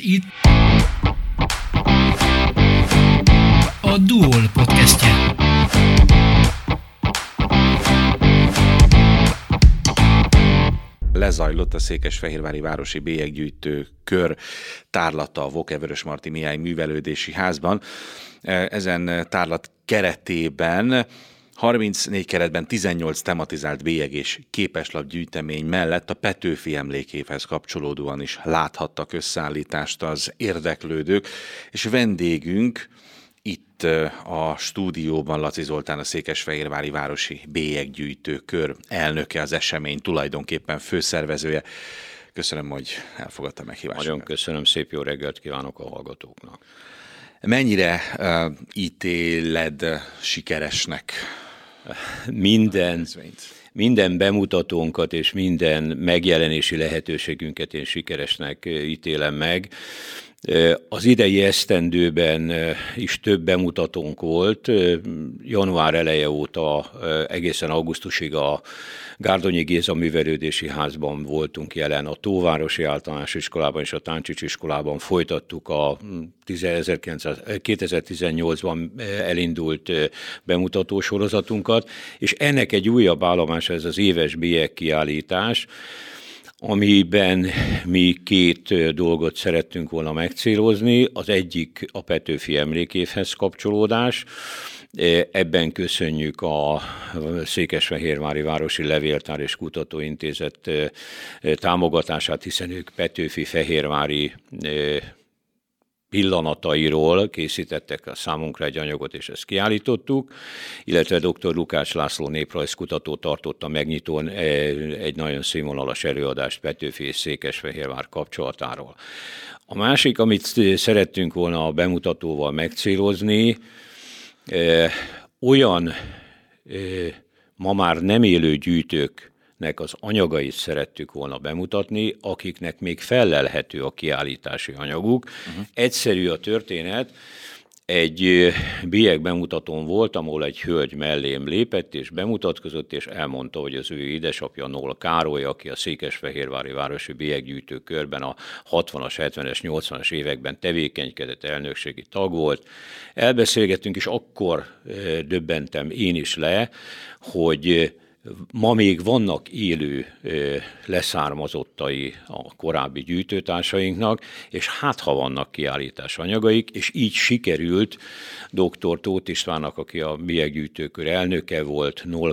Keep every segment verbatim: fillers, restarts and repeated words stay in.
itt a Duol podcastje. Lezajlott a Székesfehérvári Városi Bélyeggyűjtő kör tárlata a Voke-Vörösmarty Mihály Művelődési Házban. Ezen tárlat keretében harmincnégy keretben tizennyolc tematizált bélyeg és képeslapgyűjtemény mellett a Petőfi emlékévhez kapcsolódóan is láthattak összeállítást az érdeklődők, és vendégünk itt a stúdióban Laci Zoltán, a Székesfehérvári Városi Bélyeggyűjtő kör elnöke, az esemény tulajdonképpen főszervezője. Köszönöm, hogy elfogadta meghívást. Nagyon köszönöm, szép jó reggelt kívánok a hallgatóknak. Mennyire uh, ítéled sikeresnek Minden, minden bemutatónkat és minden megjelenési lehetőségünket én sikeresnek ítélem meg. Az idei esztendőben is több bemutatónk volt. Január eleje óta egészen augusztusig a Gárdonyi Géza Művelődési Házban voltunk jelen, a Tóvárosi Általános Iskolában és a Táncsics Iskolában folytattuk a kétezer-tizennyolcban elindult bemutató sorozatunkat, és ennek egy újabb állomása ez az éves bélyegkiállítás, amiben mi két dolgot szerettünk volna megcélozni. Az egyik a Petőfi emlékévhez kapcsolódás. Ebben köszönjük a Székesfehérvári Városi Levéltár és Kutatóintézet támogatását, hiszen ők Petőfi fehérvári pillanatairól készítettek a számunkra egy anyagot, és ezt kiállítottuk, illetve dr. Lukács László néprajzkutató tartotta megnyitón egy nagyon színvonalas előadást Petőfi és Székesfehérvár kapcsolatáról. A másik, amit szerettünk volna a bemutatóval megcélozni, olyan ma már nem élő gyűjtőknek az anyagait szerettük volna bemutatni, akiknek még fellelhető a kiállítási anyaguk. Uh-huh. Egyszerű a történet. Egy bélyeg bemutatón voltam, ahol egy hölgy mellém lépett és bemutatkozott, és elmondta, hogy az ő édesapja Noll Károly, aki a Székesfehérvári Városi Bélyeggyűjtő körben a hatvanas, hetvenes, nyolcvanas években tevékenykedett, elnökségi tag volt. Elbeszélgettünk, és akkor döbbentem én is le, hogy ma még vannak élő leszármazottai a korábbi gyűjtőtársainknak, és hát ha vannak kiállítás anyagaik, és így sikerült dr. Tóth Istvánnak, aki a bélyeggyűjtőkör elnöke volt, Noll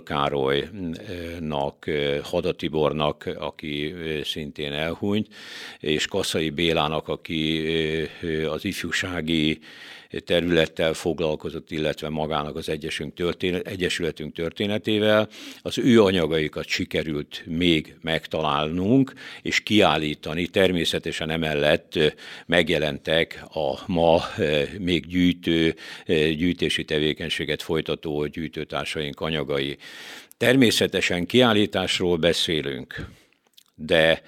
Károlynak, Hada Tibornak, aki szintén elhunyt, és Kaszai Bélának, aki az ifjúsági területtel foglalkozott, illetve magának az történet, Egyesületünk történetével. Az ő anyagaikat sikerült még megtalálnunk és kiállítani. Természetesen emellett megjelentek a ma még gyűjtő, gyűjtési tevékenységet folytató gyűjtőtársaink anyagai. Természetesen kiállításról beszélünk, de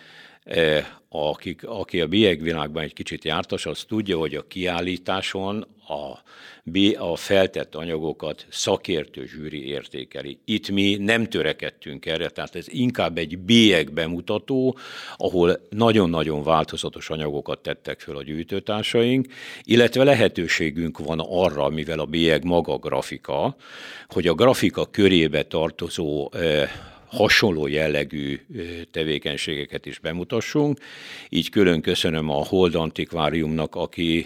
Aki, aki a bélyegvilágban egy kicsit jártas, az tudja, hogy a kiállításon a, a feltett anyagokat szakértő zsűri értékeli. Itt mi nem törekedtünk erre, tehát ez inkább egy bélyeg bemutató, ahol nagyon-nagyon változatos anyagokat tettek föl a gyűjtőtársaink, illetve lehetőségünk van arra, mivel a bélyeg maga grafika, hogy a grafika körébe tartozó hasonló jellegű tevékenységeket is bemutassunk. Így külön köszönöm a Hold Antikváriumnak, aki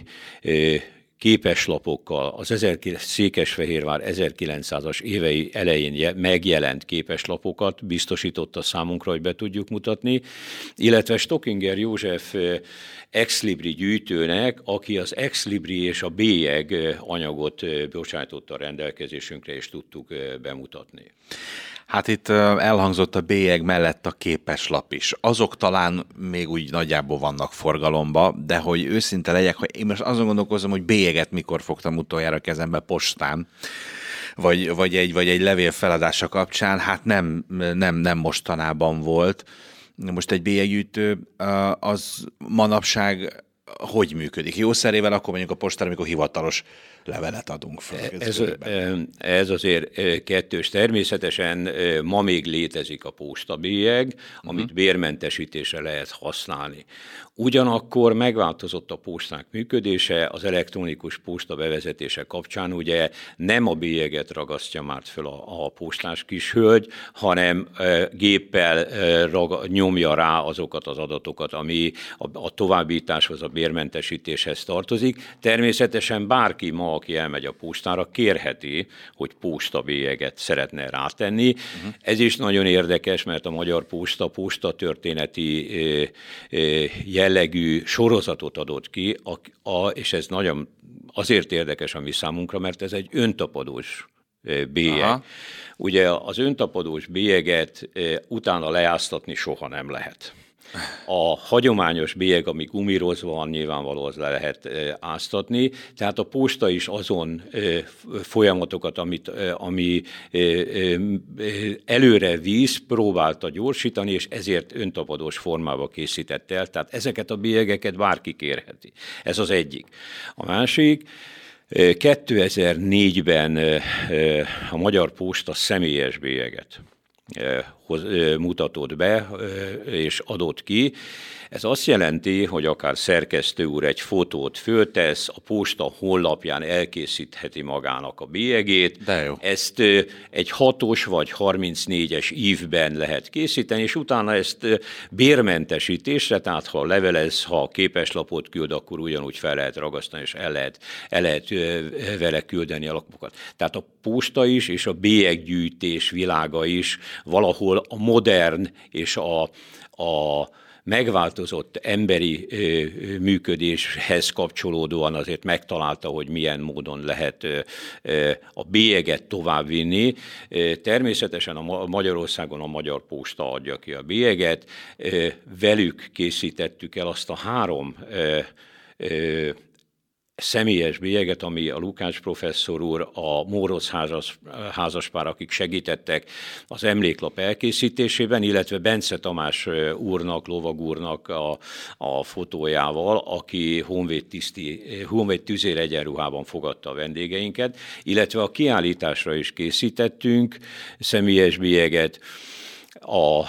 képeslapokkal az Székesfehérvár ezerkilencszázas évei elején megjelent képeslapokat biztosította számunkra, hogy be tudjuk mutatni, illetve Stockinger József ex-libri gyűjtőnek, aki az ex-libri és a bélyeg anyagot bocsájtotta a rendelkezésünkre, és tudtuk bemutatni. Hát itt elhangzott a bélyeg mellett a képeslap is. Azok talán még úgy nagyjából vannak forgalomba, de hogy őszinte legyek, hogy én most azon gondolkozom, hogy bélyeget mikor fogtam utoljára kezembe postán, vagy, vagy, egy, vagy egy levél feladása kapcsán, hát nem, nem, nem mostanában volt. Most egy bélyeggyűjtő az manapság hogy működik? Jószerével akkor mondjuk a postára, amikor hivatalos levelet adunk fel. Ez, ez azért kettős. Természetesen ma még létezik a postabélyeg, amit uh-huh. bérmentesítésre lehet használni. Ugyanakkor megváltozott a posták működése, az elektronikus posta bevezetése kapcsán ugye nem a bélyeget ragasztja már föl a, a postás kishölgy, hanem e, géppel e, raga, nyomja rá azokat az adatokat, ami a, a továbbításhoz, a bérmentesítéshez tartozik. Természetesen bárki ma, aki elmegy a postára, kérheti, hogy postabélyeget szeretne rátenni. Uh-huh. Ez is nagyon érdekes, mert a Magyar Posta postatörténeti e, e, jellegű sorozatot adott ki, a, a, és ez nagyon azért érdekes a mi számunkra, mert ez egy öntapadós bélyeg. Aha. Ugye az öntapadós bélyeget utána leáztatni soha nem lehet. A hagyományos bélyeg, ami gumírozva van, nyilvánvaló, az le lehet áztatni, tehát a posta is azon folyamatokat, amit, ami előre víz, próbálta gyorsítani, és ezért öntapadós formába készített el, tehát ezeket a bélyegeket bárki kérheti. Ez az egyik. A másik, kétezer-négyben a Magyar Posta személyes bélyeget mutatott be és adott ki. Ez azt jelenti, hogy akár szerkesztő úr egy fotót föltesz, a posta honlapján elkészítheti magának a bélyegét. De jó. Ezt egy hatos vagy harmincnégyes ívben lehet készíteni, és utána ezt bérmentesítésre, tehát ha levelez, ha képeslapot küld, akkor ugyanúgy fel lehet ragasztani, és el lehet, el lehet vele küldeni a lapokat. Tehát a posta is, és a bélyeggyűjtés világa is valahol a modern és a, a megváltozott emberi ö, működéshez kapcsolódóan azért megtalálta, hogy milyen módon lehet ö, ö, a bélyeget továbbvinni. Ö, természetesen a Magyarországon a Magyar Posta adja ki a bélyeget. Ö, velük készítettük el azt a három ö, ö, személyes bélyeget, ami a Lukács professzor úr, a Mórosz házas, házaspár, akik segítettek az emléklap elkészítésében, illetve Bence Tamás úrnak, lovag úrnak a, a fotójával, aki honvéd, tiszti, honvéd tüzér egyenruhában fogadta a vendégeinket, illetve a kiállításra is készítettünk személyes bélyeget a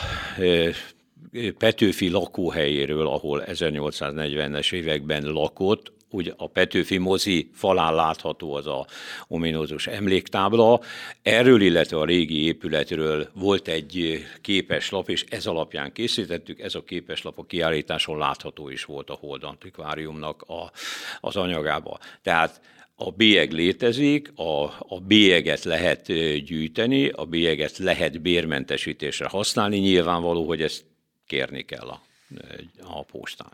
Petőfi lakóhelyéről, ahol ezernyolcszáznegyvenes években lakott. Úgy a Petőfi mozi falán látható az a ominózus emléktábla. Erről, illetve a régi épületről volt egy képeslap, és ez alapján készítettük. Ez a képeslap a kiállításon látható is volt a Hold Antikváriumnak a, az anyagában. Tehát a bélyeg létezik, a, a bélyeget lehet gyűjteni, a bélyeget lehet bérmentesítésre használni. Nyilvánvaló, hogy ezt kérni kell a a postán.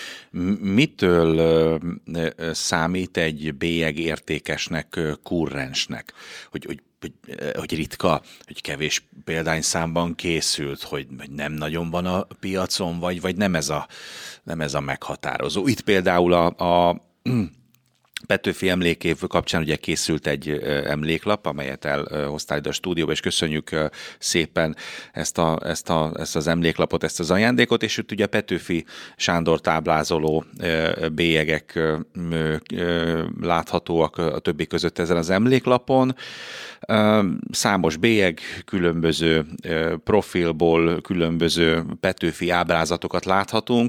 Mitől számít egy bélyeg értékesnek, kurrensnek? Hogy, hogy, hogy, hogy ritka, hogy kevés példányszámban készült, hogy nem nagyon van a piacon, vagy, vagy nem, ez a, nem ez a meghatározó. Itt például a, a Petőfi emlékév kapcsán ugye készült egy emléklap, amelyet elhoztál ide a stúdióba, és köszönjük szépen ezt, a, ezt, a, ezt az emléklapot, ezt az ajándékot, és itt ugye Petőfi Sándor táblázoló bélyegek láthatóak a többi között ezen az emléklapon. Számos bélyeg, különböző profilból, különböző Petőfi ábrázatokat láthatunk,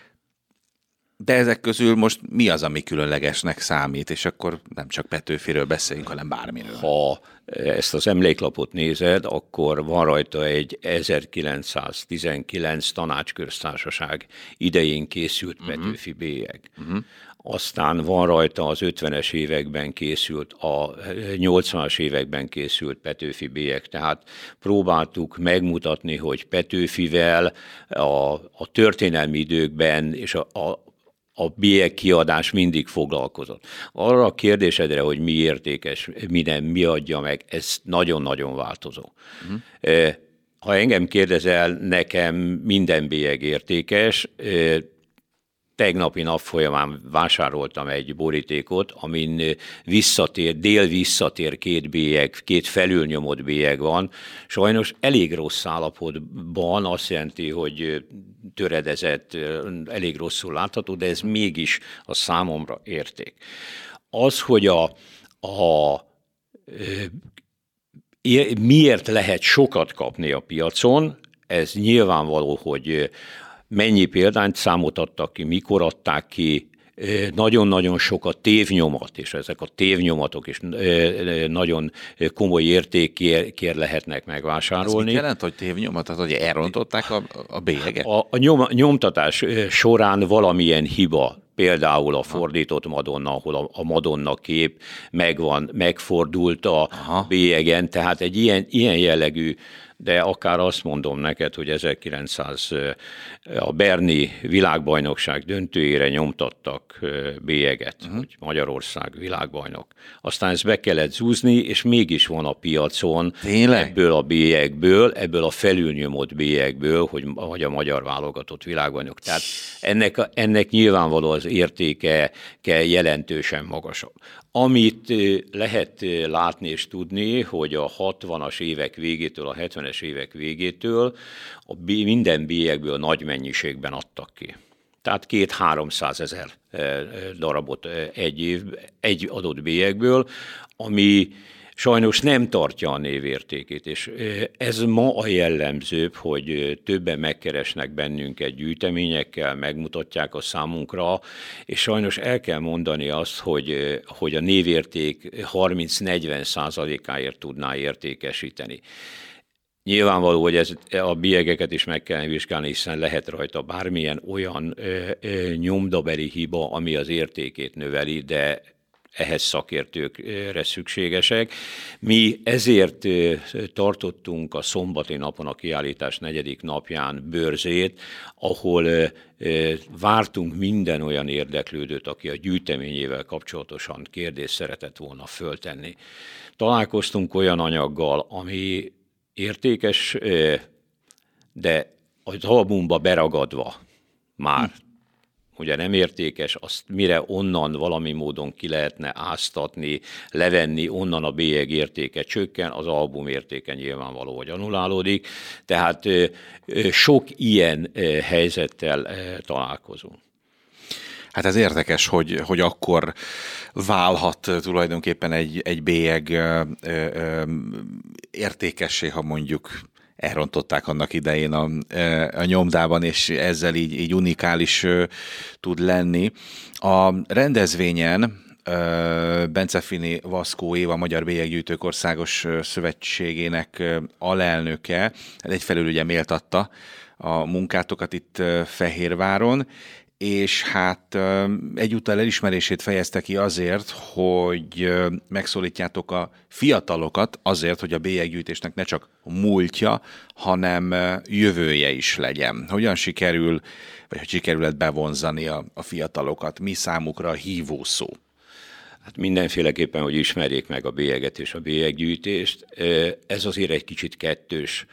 de ezek közül most mi az, ami különlegesnek számít, és akkor nem csak Petőfiről beszéljünk, hanem bármiről. Ha ezt az emléklapot nézed, akkor van rajta egy ezerkilencszáztizenkilenc tanácsköztársaság idején készült uh-huh. Petőfi bélyeg. Uh-huh. Aztán van rajta az ötvenes években készült, a nyolcvanas években készült Petőfi bélyeg. Tehát próbáltuk megmutatni, hogy Petőfivel a, a történelmi időkben és a, a a bélyeg kiadás mindig foglalkozott. Arra a kérdésedre, hogy mi értékes, mi nem, mi adja meg, ez nagyon-nagyon változó. Uh-huh. Ha engem kérdezel, nekem minden bélyeg értékes. Tegnapi nap folyamán vásároltam egy borítékot, amin visszatér, dél visszatér két bélyeg, két felülnyomott bélyeg van. Sajnos elég rossz állapotban, azt jelenti, hogy töredezett, elég rosszul látható, de ez mégis a számomra érték. Az, hogy a a miért lehet sokat kapni a piacon, ez nyilvánvaló, hogy mennyi példányt számot adtak ki, mikor adták ki, nagyon-nagyon sok a tévnyomat, és ezek a tévnyomatok is nagyon komoly értékért lehetnek megvásárolni. Ez mit jelent, hogy tévnyomat? Tehát, hogy elrontották a, a bélyeget? A, a nyom, nyomtatás során valamilyen hiba, például a fordított Madonna, ahol a, a Madonna kép megvan, megfordult a Aha. bélyegen, tehát egy ilyen, ilyen jellegű, de akár azt mondom neked, hogy ezerkilencszáz a berni világbajnokság döntőjére nyomtattak bélyeget, uh-huh. hogy Magyarország világbajnok. Aztán ezt be kellett zúzni, és mégis van a piacon Tényleg? ebből a bélyegből, ebből a felülnyomott bélyegből, hogy, hogy a magyar válogatott világbajnok. Tehát ennek, ennek nyilvánvaló az értéke kell jelentősen magasabb. Amit lehet látni és tudni, hogy a hatvanas évek végétől, a hetvenes évek végétől a bé, minden bélyegből nagy mennyiségben adtak ki. Tehát két-háromszázezer darabot egy év, egy adott bélyegből, ami sajnos nem tartja a névértékét, és ez ma a jellemzőbb, hogy többen megkeresnek bennünket gyűjteményekkel, megmutatják a számunkra, és sajnos el kell mondani azt, hogy, hogy a névérték harminc-negyven százalékáért tudná értékesíteni. Nyilvánvaló, hogy ez, a bélyegeket is meg kell vizsgálni, hiszen lehet rajta bármilyen olyan ö, ö, nyomdabeli hiba, ami az értékét növeli, de ehhez szakértőkre szükségesek. Mi ezért tartottunk a szombati napon, a kiállítás negyedik napján bőrzét, ahol vártunk minden olyan érdeklődőt, aki a gyűjteményével kapcsolatosan kérdést szeretett volna föltenni. Találkoztunk olyan anyaggal, ami értékes, de az albumba beragadva már ugye nem értékes, azt mire onnan valami módon ki lehetne áztatni, levenni, onnan a bélyeg értéke csökken, az album értéke nyilvánvaló, hogy annulálódik. Tehát sok ilyen helyzettel találkozunk. Hát ez érdekes, hogy, hogy akkor válhat tulajdonképpen egy, egy bélyeg ö, ö, értékessé, ha mondjuk elrontották annak idején a, a nyomdában, és ezzel így, így unikális ö, tud lenni. A rendezvényen ö, Bencefini Vaszkó Éva, Magyar Bélyeggyűjtők Országos Szövetségének alelnöke egyfelől ugye méltatta a munkátokat itt Fehérváron, és hát egyúttal elismerését fejezte ki azért, hogy megszólítjátok a fiatalokat azért, hogy a bélyeggyűjtésnek ne csak múltja, hanem jövője is legyen. Hogyan sikerül, vagy hogy sikerül bevonzani a, a fiatalokat? Mi számukra a hívószó? Hát mindenféleképpen, hogy ismerjék meg a bélyeget és a bélyeggyűjtést. Ez azért egy kicsit kettős.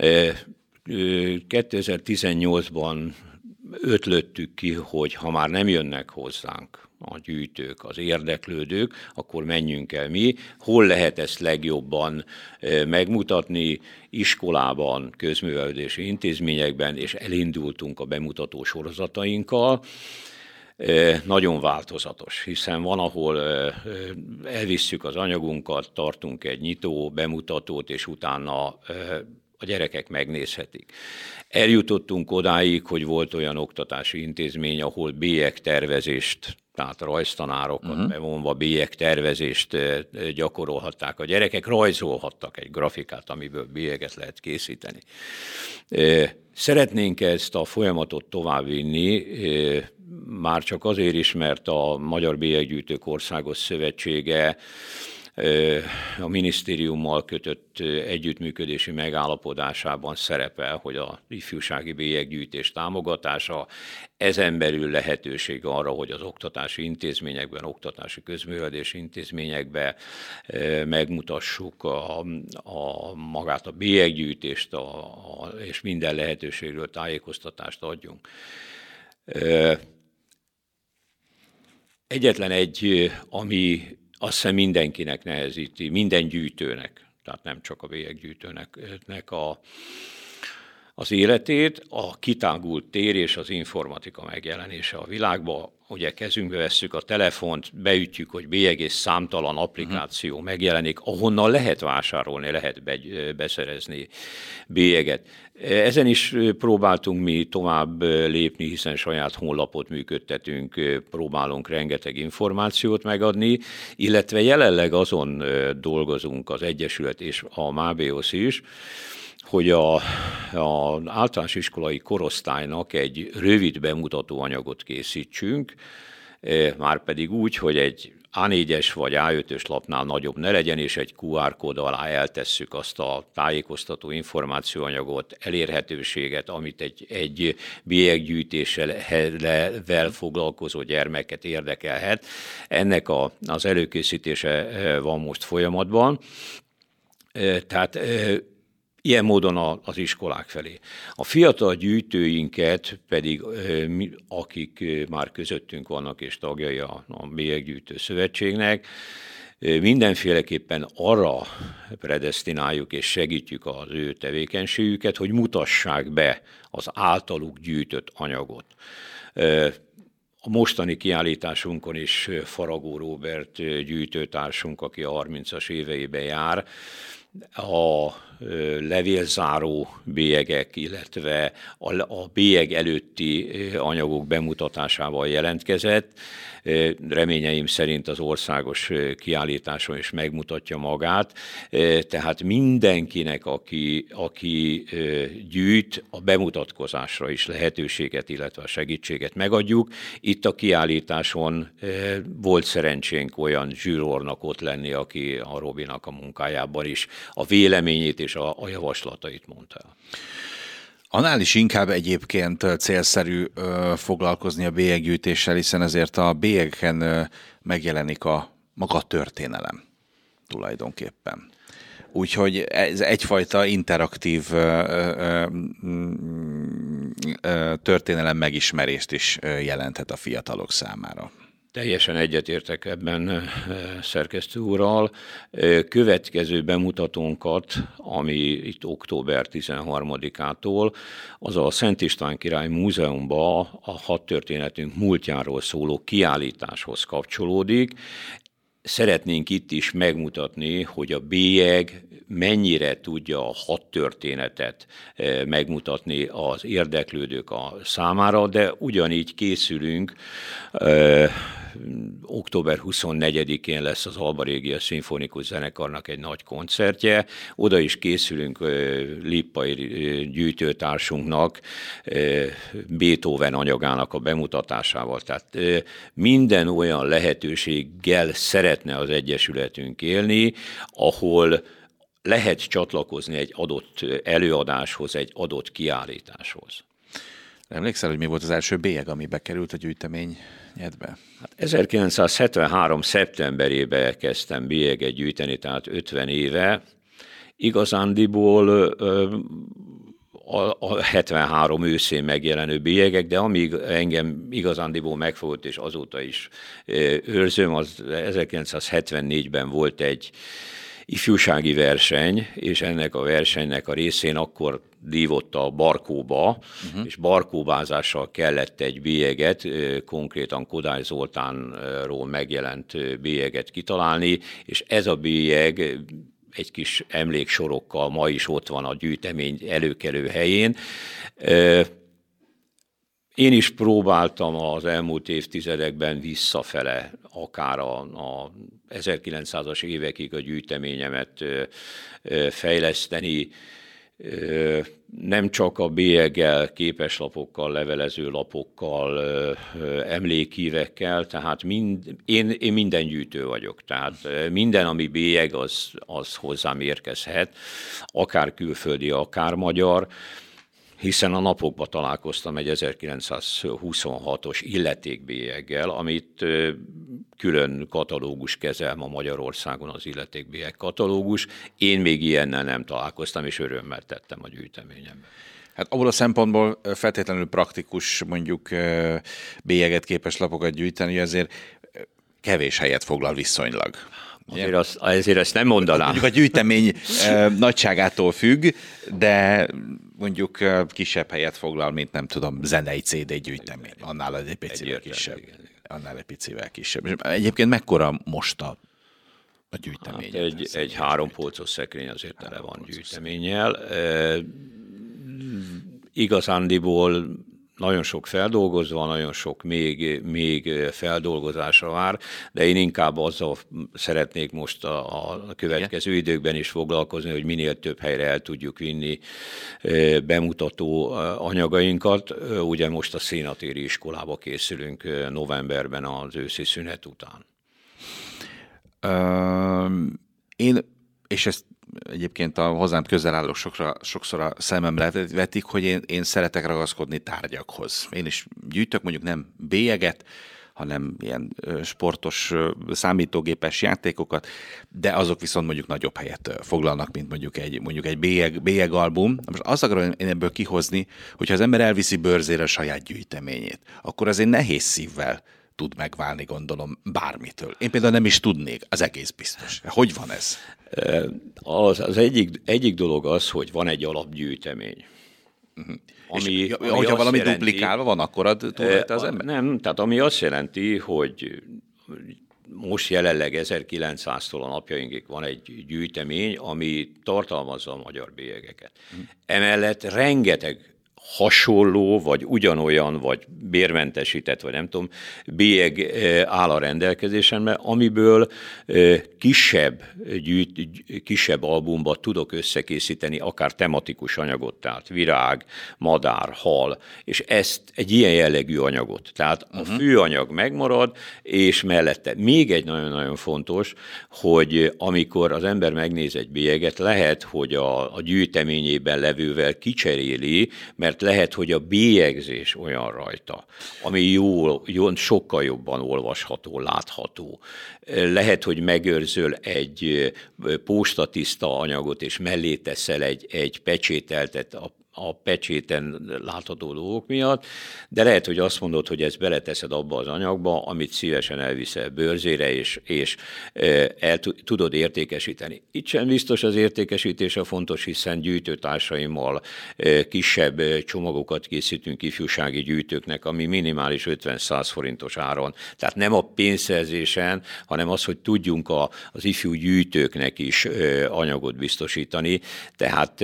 kétezer-tizennyolcban ötlöttük ki, hogy ha már nem jönnek hozzánk a gyűjtők, az érdeklődők, akkor menjünk el mi. Hol lehet ezt legjobban megmutatni? Iskolában, közművelődési intézményekben, és elindultunk a bemutató sorozatainkkal. Nagyon változatos, hiszen van, ahol elvisszük az anyagunkat, tartunk egy nyitó bemutatót, és utána a gyerekek megnézhetik. Eljutottunk odáig, hogy volt olyan oktatási intézmény, ahol bélyegtervezést, tehát rajztanárokat uh-huh. bevonva bélyegtervezést gyakorolhatták. A gyerekek rajzolhattak egy grafikát, amiből bélyeget lehet készíteni. Szeretnénk ezt a folyamatot továbbvinni, már csak azért is, mert a Magyar Bélyeggyűjtők Országos Szövetsége a minisztériummal kötött együttműködési megállapodásában szerepel, hogy a ifjúsági bélyeggyűjtés támogatása, ezen belül lehetőség arra, hogy az oktatási intézményekben, oktatási közművelési intézményekben megmutassuk a, a magát a bélyeggyűjtést, a, a, és minden lehetőségről tájékoztatást adjunk. Egyetlen egy, ami azt hiszem mindenkinek nehezíti, minden gyűjtőnek, tehát nem csak a bélyeggyűjtőnek a, az életét, a kitágult tér és az informatika megjelenése a világban, ugye kezünkbe vesszük a telefont, beütjük, hogy bélyegész, számtalan applikáció uh-huh. megjelenik, ahonnan lehet vásárolni, lehet be, beszerezni bélyeget. Ezen is próbáltunk mi tovább lépni, hiszen saját honlapot működtetünk, próbálunk rengeteg információt megadni, illetve jelenleg azon dolgozunk az Egyesület és a Mábéosz is, hogy a, a általános iskolai korosztálynak egy rövid bemutató anyagot készítsünk, márpedig úgy, hogy egy á négyes vagy á ötös lapnál nagyobb ne legyen, és egy kú ár kód alá eltesszük azt a tájékoztató információanyagot, elérhetőséget, amit egy, egy bélyeggyűjtéssel foglalkozó gyermeket érdekelhet. Ennek a, az előkészítése van most folyamatban. Tehát ilyen módon az iskolák felé. A fiatal gyűjtőinket pedig, akik már közöttünk vannak és tagjai a, a Bélyeggyűjtő Szövetségnek, mindenféleképpen arra predesztináljuk és segítjük az ő tevékenységüket, hogy mutassák be az általuk gyűjtött anyagot. A mostani kiállításunkon is Faragó Róbert gyűjtőtársunk, aki a harmincas éveiben jár, a levélzáró bélyegek, illetve a bélyeg előtti anyagok bemutatásával jelentkezett. Reményeim szerint az országos kiállításon is megmutatja magát. Tehát mindenkinek, aki, aki gyűjt, a bemutatkozásra is lehetőséget, illetve a segítséget megadjuk. Itt a kiállításon volt szerencsénk olyan zsűrornak ott lenni, aki a Robinak a munkájában is a véleményét és a, a javaslatait mondta. Annál is inkább egyébként célszerű ö, foglalkozni a bélyeggyűjtéssel, hiszen ezért a bélyegeken ö, megjelenik a maga történelem tulajdonképpen. Úgyhogy ez egyfajta interaktív ö, ö, ö, történelem megismerést is jelenthet a fiatalok számára. Teljesen egyetértek ebben szerkesztő úrral. Következő bemutatónkat, ami itt október tizenharmadikától, az a Szent István Király Múzeumban a hadtörténetünk múltjáról szóló kiállításhoz kapcsolódik. Szeretnénk itt is megmutatni, hogy a bélyeg mennyire tudja a hadtörténetet megmutatni az érdeklődők a számára, de ugyanígy készülünk, ö, október huszonnegyedikén lesz az Alba Regia Szimfonikus Zenekarnak egy nagy koncertje, oda is készülünk ö, Lippai gyűjtőtársunknak ö, Beethoven anyagának a bemutatásával. Tehát ö, minden olyan lehetőséggel szeretne az Egyesületünk élni, ahol lehet csatlakozni egy adott előadáshoz, egy adott kiállításhoz. Emlékszel, hogy mi volt az első bélyeg, ami bekerült a gyűjteményedbe? Hát ezerkilencszázhetvenhárom. szeptemberében kezdtem bélyeget gyűjteni, tehát ötven éve. Igazándiból a, a hetvenhárom őszén megjelenő bélyegek, de amíg engem igazándiból megfogott, és azóta is őrzöm, az ezerkilencszázhetvennégyben volt egy ifjúsági verseny, és ennek a versenynek a részén akkor dívott a Barkóba, uh-huh. és barkóbázással kellett egy bélyeget, konkrétan Kodály Zoltánról megjelent bélyeget kitalálni, és ez a bélyeg egy kis emléksorokkal ma is ott van a gyűjtemény előkelő helyén. Én is próbáltam az elmúlt évtizedekben visszafele, akár a, a ezerkilencszázas évekig a gyűjteményemet fejleszteni, nem csak a bélyeggel, képeslapokkal, levelező lapokkal, emlékhívekkel, tehát mind, én, én minden gyűjtő vagyok, tehát minden, ami bélyeg, az, az hozzám érkezhet, akár külföldi, akár magyar, hiszen a napokban találkoztam egy ezerkilencszázhuszonhatos illetékbélyeggel, amit külön katalógus kezel ma Magyarországon, az illetékbélyeg katalógus. Én még ilyennel nem találkoztam, és örömmel tettem a gyűjteményembe. Hát abból a szempontból feltétlenül praktikus mondjuk bélyeget, képeslapokat gyűjteni, azért kevés helyet foglal viszonylag. Azért, az, azért ezt nem mondanám. Mondjuk a gyűjtemény nagyságától függ, de mondjuk kisebb helyet foglal, mint nem tudom, zenei cé dé gyűjtemény. Annál egy picit kisebb. Igen. annál egy picivel kisebb. És egyébként mekkora most a, a gyűjtemény? Hát egy, egy három polcos szekrény azért tele van gyűjteménnyel. E, igazándiból nagyon sok feldolgozva, nagyon sok még, még feldolgozásra vár, de én inkább azzal szeretnék most a, a következő időkben is foglalkozni, hogy minél több helyre el tudjuk vinni bemutató anyagainkat. Ugye most a Szénatéri iskolába készülünk novemberben az őszi szünet után. Uh, én, és ezt egyébként a hozzám közel állók sokra, sokszor a szememre vetik, hogy én, én szeretek ragaszkodni tárgyakhoz. Én is gyűjtök mondjuk nem bélyeget, hanem ilyen sportos, számítógépes játékokat, de azok viszont mondjuk nagyobb helyet foglalnak, mint mondjuk egy, mondjuk egy bélyeg, bélyegalbum. Most azt akarom én ebből kihozni, hogyha az ember elviszi bőrzére a saját gyűjteményét, akkor azért nehéz szívvel tud megválni, gondolom, bármitől. Én például nem is tudnék, az egész biztos. Hogy van ez? Az, az egyik, egyik dolog az, hogy van egy alapgyűjtemény. Uh-huh. Ami, és, ami hogyha valami jelenti, duplikálva van, akkor ad túl az ember? Nem, tehát ami azt jelenti, hogy most jelenleg ezerkilencszáztól a napjainkig van egy gyűjtemény, ami tartalmazza a magyar bélyegeket. Uh-huh. Emellett rengeteg hasonló, vagy ugyanolyan, vagy bérmentesített, vagy nem tudom, bélyeg áll a rendelkezésemben, amiből kisebb, gyűjt, kisebb albumba tudok összekészíteni akár tematikus anyagot, tehát virág, madár, hal, és ezt egy ilyen jellegű anyagot. Tehát a uh-huh. főanyag megmarad, és mellette még egy nagyon-nagyon fontos, hogy amikor az ember megnéz egy bélyeget, lehet, hogy a, a gyűjteményében levővel kicseréli, mert lehet, hogy a bélyegzés olyan rajta, ami jó, jó, sokkal jobban olvasható, látható. Lehet, hogy megőrzöl egy postatiszta anyagot, és mellé teszel egy, egy pecsételtet a a pecséten látható dolgok miatt, de lehet, hogy azt mondod, hogy ezt beleteszed abba az anyagba, amit szívesen elviszel bőrzére, és, és el tudod értékesíteni. Itt sem biztos az értékesítése fontos, hiszen gyűjtőtársaimmal kisebb csomagokat készítünk ifjúsági gyűjtőknek, ami minimális ötven-száz forintos áron. Tehát nem a pénzszerzésen, hanem az, hogy tudjunk a, az ifjú gyűjtőknek is anyagot biztosítani. Tehát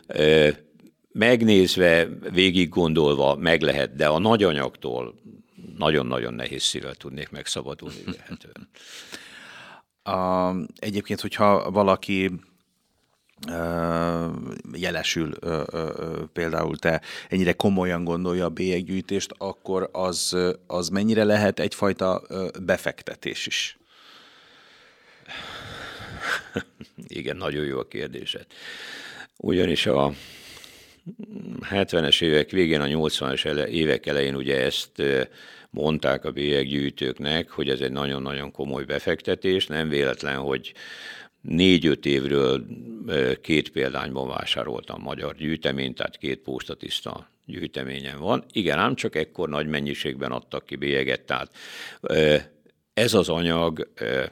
megnézve, végig gondolva meg lehet, de a nagy anyagtól nagyon-nagyon nehéz szívvel tudnék megszabadulni lehetően. A, egyébként, hogyha valaki ö, jelesül, ö, ö, például te ennyire komolyan gondolja a bélyeggyűjtést, akkor az, az mennyire lehet egyfajta befektetés is? Igen, nagyon jó a kérdésed. Ugyanis a hetvenes évek végén, a nyolcvanas évek elején ugye ezt mondták a bélyeggyűjtőknek, hogy ez egy nagyon-nagyon komoly befektetés. Nem véletlen, hogy négy-öt évről két példányban vásároltam magyar gyűjteményt, tehát két postatiszta gyűjteményen van. Igen, ám csak ekkor nagy mennyiségben adtak ki bélyeget, tehát ez az anyag...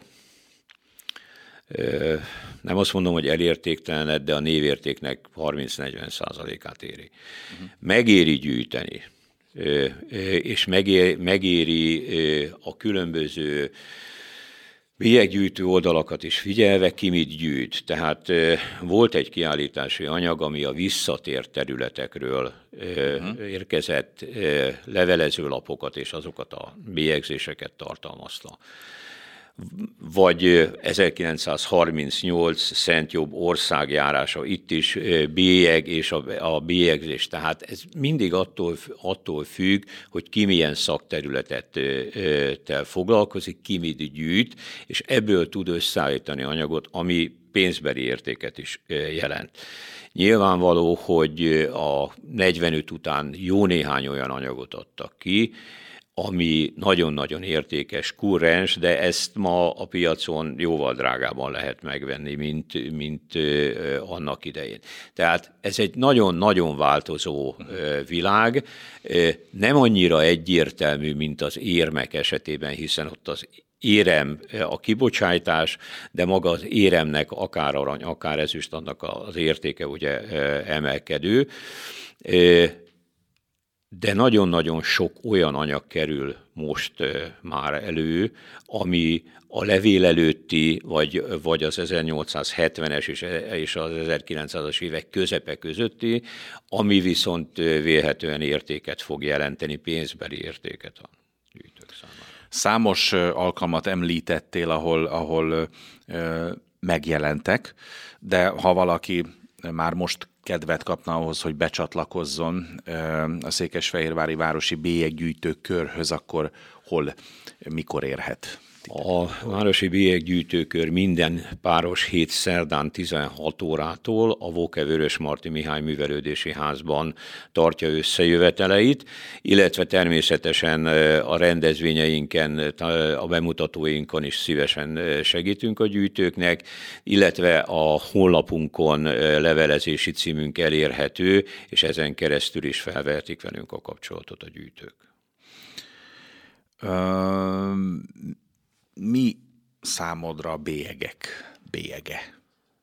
nem azt mondom, hogy elértéktelened, de a névértéknek harminc-negyven százalékát éri. Uh-huh. Megéri gyűjteni, és megéri, megéri a különböző bélyeggyűjtő oldalakat is figyelve, ki mit gyűjt. Tehát volt egy kiállítási anyag, ami a visszatért területekről uh-huh. érkezett levelezőlapokat és azokat a bélyegzéseket tartalmazta. Vagy ezerkilencszázharmincnyolc Szent Jobb országjárása, itt is bélyeg és a, a bélyegzés. Tehát ez mindig attól, attól függ, hogy ki milyen szakterületet tel foglalkozik, ki mit gyűjt, és ebből tud összeállítani anyagot, ami pénzbeli értéket is jelent. Nyilvánvaló, hogy a negyvenöt után jó néhány olyan anyagot adtak ki, ami nagyon-nagyon értékes, kurrens, de ezt ma a piacon jóval drágában lehet megvenni, mint, mint annak idején. Tehát ez egy nagyon-nagyon változó világ, nem annyira egyértelmű, mint az érmek esetében, hiszen ott az érem a kibocsátás, de maga az éremnek akár arany, akár ezüst, annak az értéke ugye emelkedő. De nagyon-nagyon sok olyan anyag kerül most már elő, ami a levél előtti, vagy, vagy az ezernyolcszázhetvenes és, és az ezerkilencszázas évek közepe közötti, ami viszont vélhetően értéket fog jelenteni, pénzbeli értéket a gyűjtők számára. Számos alkalmat említettél, ahol, ahol ö, megjelentek, de ha valaki már most kedvet kapna ahhoz, hogy becsatlakozzon a Székesfehérvári Városi Bélyeggyűjtők körhöz, akkor hol, mikor érhet? A Városi Bélyeggyűjtőkör minden páros hét szerdán tizenhat órától a Voke Vörösmarty Mihály Művelődési Házban tartja összejöveteleit, illetve természetesen a rendezvényeinken, a bemutatóinkon is szívesen segítünk a gyűjtőknek, illetve a honlapunkon levelezési címünk elérhető, és ezen keresztül is felvehetik velünk a kapcsolatot a gyűjtők. Um... Mi számodra a bélyegek bélyege?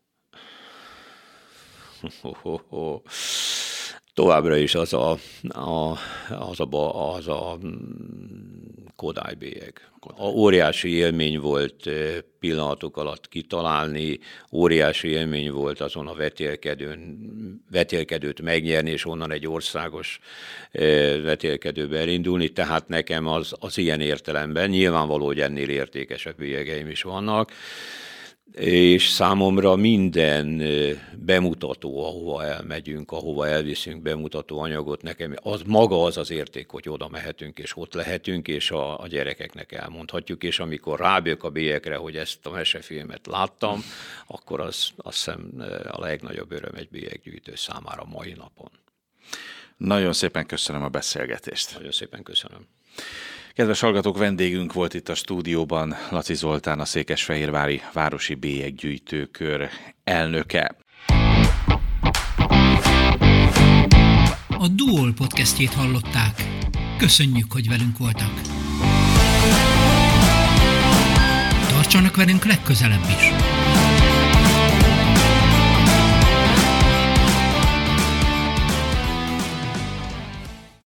Továbbra is az a, a, az a, az a Kodály bélyeg. A óriási élmény volt pillanatok alatt kitalálni, óriási élmény volt azon a vetélkedőn, vetélkedőt megnyerni, és onnan egy országos vetélkedőbe elindulni, tehát nekem az, az ilyen értelemben nyilvánvaló, hogy ennél értékesebb bélyegeim is vannak, és számomra minden bemutató, ahova elmegyünk, ahova elviszünk bemutató anyagot, nekem az maga az az érték, hogy oda mehetünk, és ott lehetünk, és a, a gyerekeknek elmondhatjuk, és amikor rábjök a bélyegre, hogy ezt a mesefilmet láttam, akkor az azt hiszem a legnagyobb öröm egy bélyeggyűjtő számára mai napon. Nagyon szépen köszönöm a beszélgetést. Nagyon szépen köszönöm. Kedves hallgatók, vendégünk volt itt a stúdióban Laci Zoltán, a Székesfehérvári Városi Bélyeggyűjtőkör elnöke. A Duol podcastjét hallották. Köszönjük, hogy velünk voltak. Tartsanak velünk legközelebb is!